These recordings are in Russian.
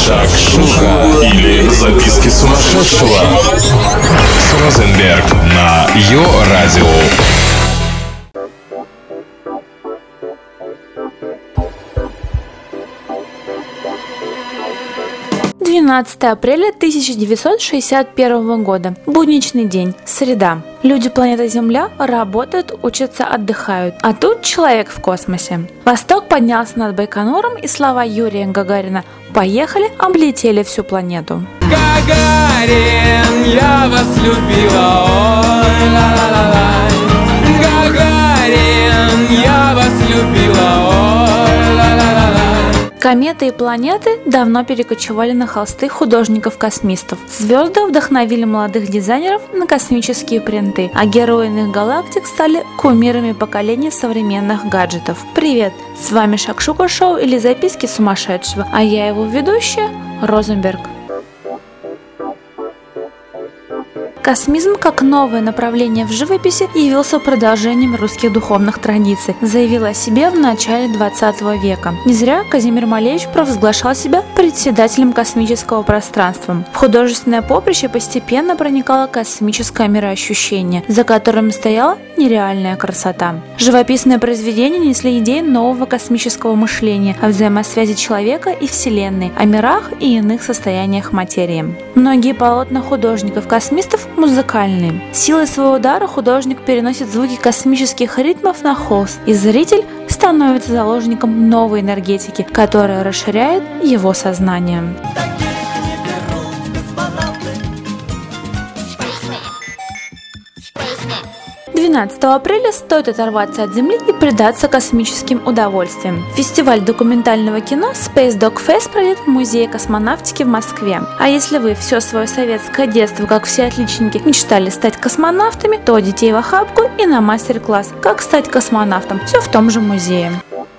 Шакшука или записки сумасшедшего с Розенберг на Йо-Радио. 12 апреля 1961 года. Будничный день. Среда. Люди планеты Земля работают, учатся, отдыхают. А тут человек в космосе. Восток поднялся над Байконуром, и слова Юрия Гагарина «Поехали» облетели всю планету. Гагарин, я вас любила, ой, ла-ла-ла-ла. Гагарин, я вас любила, ой, ла-ла-ла-ла. Кометы и планеты давно перекочевали на холсты художников-космистов. Звезды вдохновили молодых дизайнеров на космические принты, а герои иных галактик стали кумирами поколения современных гаджетов. Привет! С вами Шакшука Шоу или записки сумасшедшего, а я его ведущая Розенберг. Космизм, как новое направление в живописи, явился продолжением русских духовных традиций, заявил о себе в начале 20 века. Не зря Казимир Малевич провозглашал себя председателем космического пространства. В художественное поприще постепенно проникало космическое мироощущение, за которым стояла нереальная красота. Живописные произведения несли идеи нового космического мышления о взаимосвязи человека и Вселенной, о мирах и иных состояниях материи. Многие полотна художников-космистов музыкальные. Силой своего удара художник переносит звуки космических ритмов на холст, и зритель становится заложником новой энергетики, которая расширяет его сознание. 12 апреля стоит оторваться от Земли и предаться космическим удовольствиям. Фестиваль документального кино Space Dog Fest пройдет в Музее космонавтики в Москве. А если вы все свое советское детство, как все отличники, мечтали стать космонавтами, то детей в охапку и на мастер-класс «Как стать космонавтом» все в том же музее.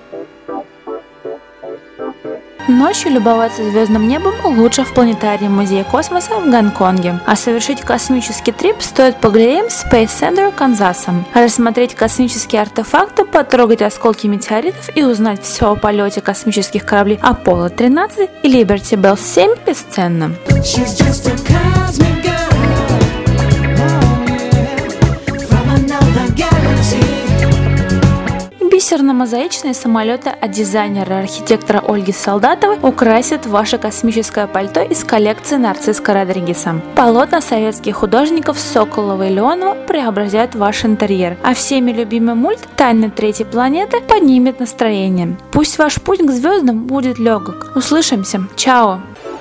Ночью любоваться звездным небом лучше в планетарии Музея космоса в Гонконге. А совершить космический трип стоит по галереям Space Center Канзаса. Рассмотреть космические артефакты, потрогать осколки метеоритов и узнать все о полете космических кораблей Apollo-13 и Liberty Bell 7 бесценно. Бисерно-мозаичные самолеты от дизайнера и архитектора Ольги Солдатовой украсят ваше космическое пальто из коллекции Нарцисска Родригеса. Полотна советских художников Соколова и Леонова преобразят ваш интерьер, а всеми любимый мульт «Тайны третьей планеты» поднимет настроение. Пусть ваш путь к звездам будет легок. Услышимся. Чао!